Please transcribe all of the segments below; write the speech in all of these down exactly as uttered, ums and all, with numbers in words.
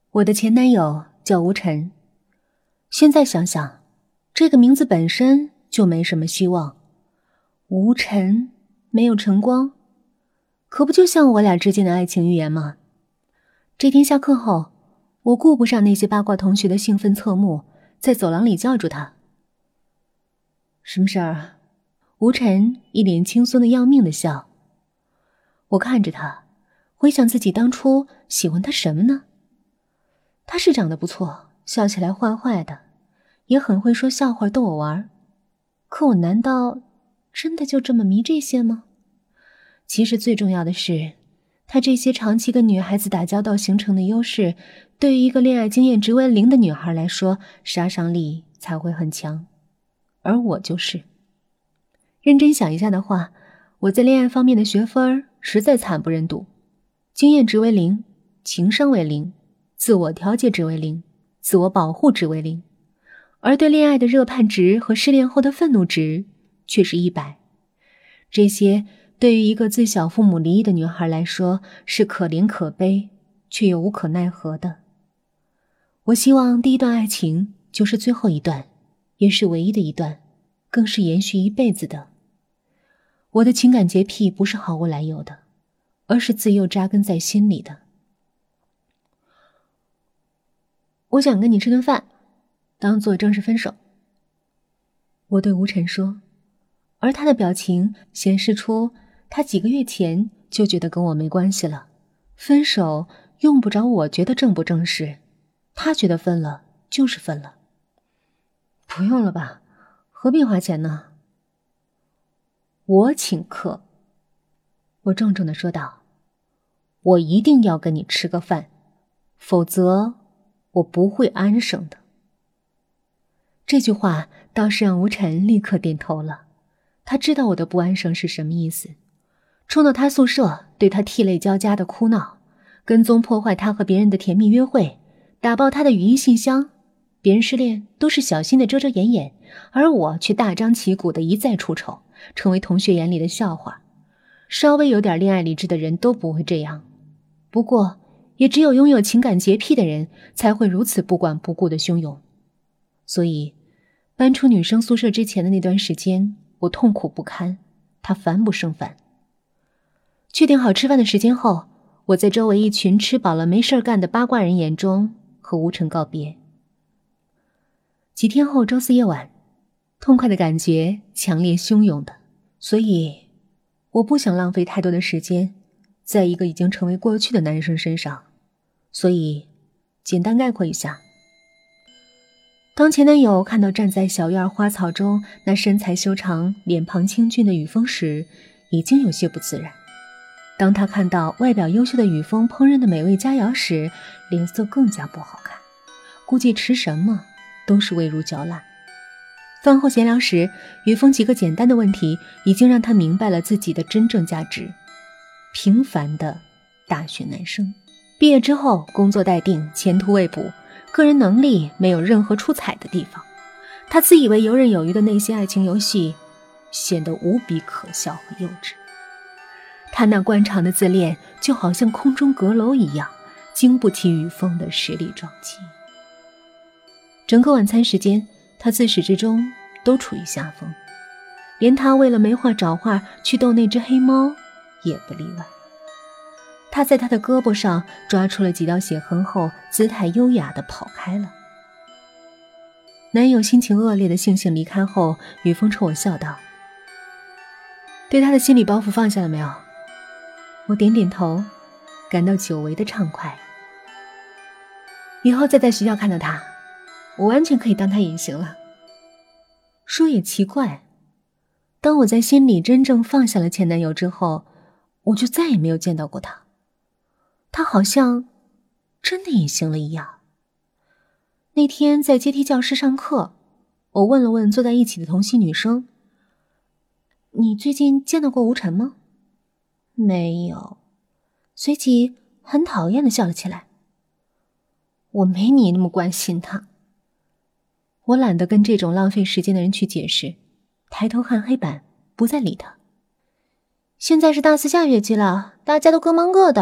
我的前男友叫吴晨，现在想想，这个名字本身就没什么希望。吴晨，没有晨光，可不就像我俩之间的爱情预言吗？这天下课后，我顾不上那些八卦同学的兴奋侧目，在走廊里叫住他。什么事儿啊？吴晨一脸轻松的要命的笑。我看着他，回想自己当初喜欢他什么呢？他是长得不错，笑起来坏坏的，也很会说笑话逗我玩。可我难道真的就这么迷这些吗？其实最重要的是，他这些长期跟女孩子打交道形成的优势，对于一个恋爱经验值为零的女孩来说，杀伤力才会很强。而我就是。认真想一下的话，我在恋爱方面的学分实在惨不忍睹，经验值为零，情商为零，自我调节值为零，自我保护值为零，而对恋爱的热盼值和失恋后的愤怒值却是一百。这些对于一个自小父母离异的女孩来说是可怜可悲，却又无可奈何的。我希望第一段爱情就是最后一段，也是唯一的一段，更是延续一辈子的。我的情感洁癖不是毫无来由的，而是自幼扎根在心里的。我想跟你吃顿饭，当做正式分手。我对吴晨说，而他的表情显示出他几个月前就觉得跟我没关系了，分手用不着我觉得正不正式，他觉得分了就是分了。不用了吧，何必花钱呢？我请客。我郑重地说道，我一定要跟你吃个饭，否则我不会安生的。这句话倒是让吴晨立刻点头了，他知道我的不安生是什么意思。冲到他宿舍，对他涕泪交加的哭闹，跟踪破坏他和别人的甜蜜约会，打爆他的语音信箱。别人失恋都是小心的遮遮掩掩，而我却大张旗鼓的一再出丑，成为同学眼里的笑话。稍微有点恋爱理智的人都不会这样，不过也只有拥有情感洁癖的人才会如此不管不顾的汹涌。所以搬出女生宿舍之前的那段时间，我痛苦不堪，他烦不胜烦。确定好吃饭的时间后，我在周围一群吃饱了没事干的八卦人眼中和吴晨告别。几天后，周四夜晚，痛快的感觉强烈汹涌的，所以我不想浪费太多的时间在一个已经成为过去的男生身上，所以简单概括一下。当前男友看到站在小院花草中那身材修长脸庞清俊的雨峰时，已经有些不自然。当他看到外表优秀的雨峰烹饪的美味佳肴时，脸色更加不好看，估计吃什么都是味如嚼蜡。饭后闲聊时，雨峰几个简单的问题已经让他明白了自己的真正价值。平凡的大学男生，毕业之后工作待定，前途未卜，个人能力没有任何出彩的地方。他自以为游刃有余的那些爱情游戏显得无比可笑和幼稚。他那惯常的自恋就好像空中阁楼一样，经不起雨峰的实力撞击。整个晚餐时间，他自始至终都处于下风，连他为了没话找话去逗那只黑猫也不例外。他在他的胳膊上抓出了几道血痕后，姿态优雅地跑开了。男友心情恶劣的悻悻离开后，雨峰冲我笑道，对他的心理包袱放下了没有？我点点头，感到久违的畅快。以后再在学校看到他，我完全可以当他隐形了。说也奇怪，当我在心里真正放下了前男友之后，我就再也没有见到过他。他好像真的隐形了一样。那天在阶梯教室上课，我问了问坐在一起的同系女生，你最近见到过吴晨吗？没有。随即很讨厌地笑了起来。我没你那么关心他。我懒得跟这种浪费时间的人去解释，抬头看黑板，不再理他。现在是大四下学期了，大家都各忙各的，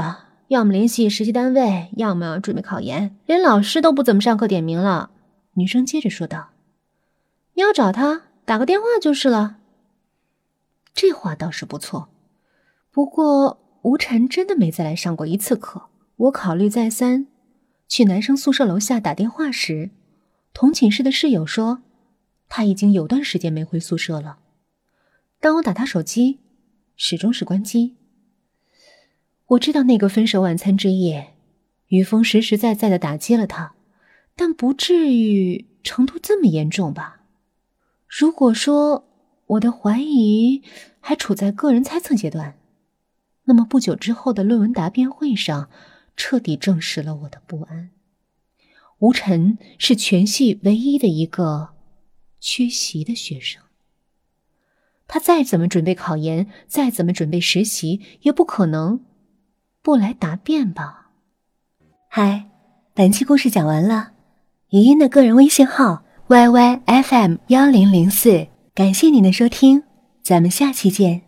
要么联系实习单位，要么准备考研，连老师都不怎么上课点名了。女生接着说道，你要找他，打个电话就是了。这话倒是不错，不过吴晨真的没再来上过一次课。我考虑再三，去男生宿舍楼下打电话时，同寝室的室友说他已经有段时间没回宿舍了。当我打他手机，始终是关机。我知道那个分手晚餐之夜，于峰实实在在地打击了他，但不至于程度这么严重吧。如果说我的怀疑还处在个人猜测阶段，那么不久之后的论文答辩会上彻底证实了我的不安。吴晨是全系唯一的一个缺席的学生，他再怎么准备考研，再怎么准备实习，也不可能不来答辩吧。 嗨，本期故事讲完了。语音的个人微信号 Y Y F M 一零零四，感谢您的收听，咱们下期见。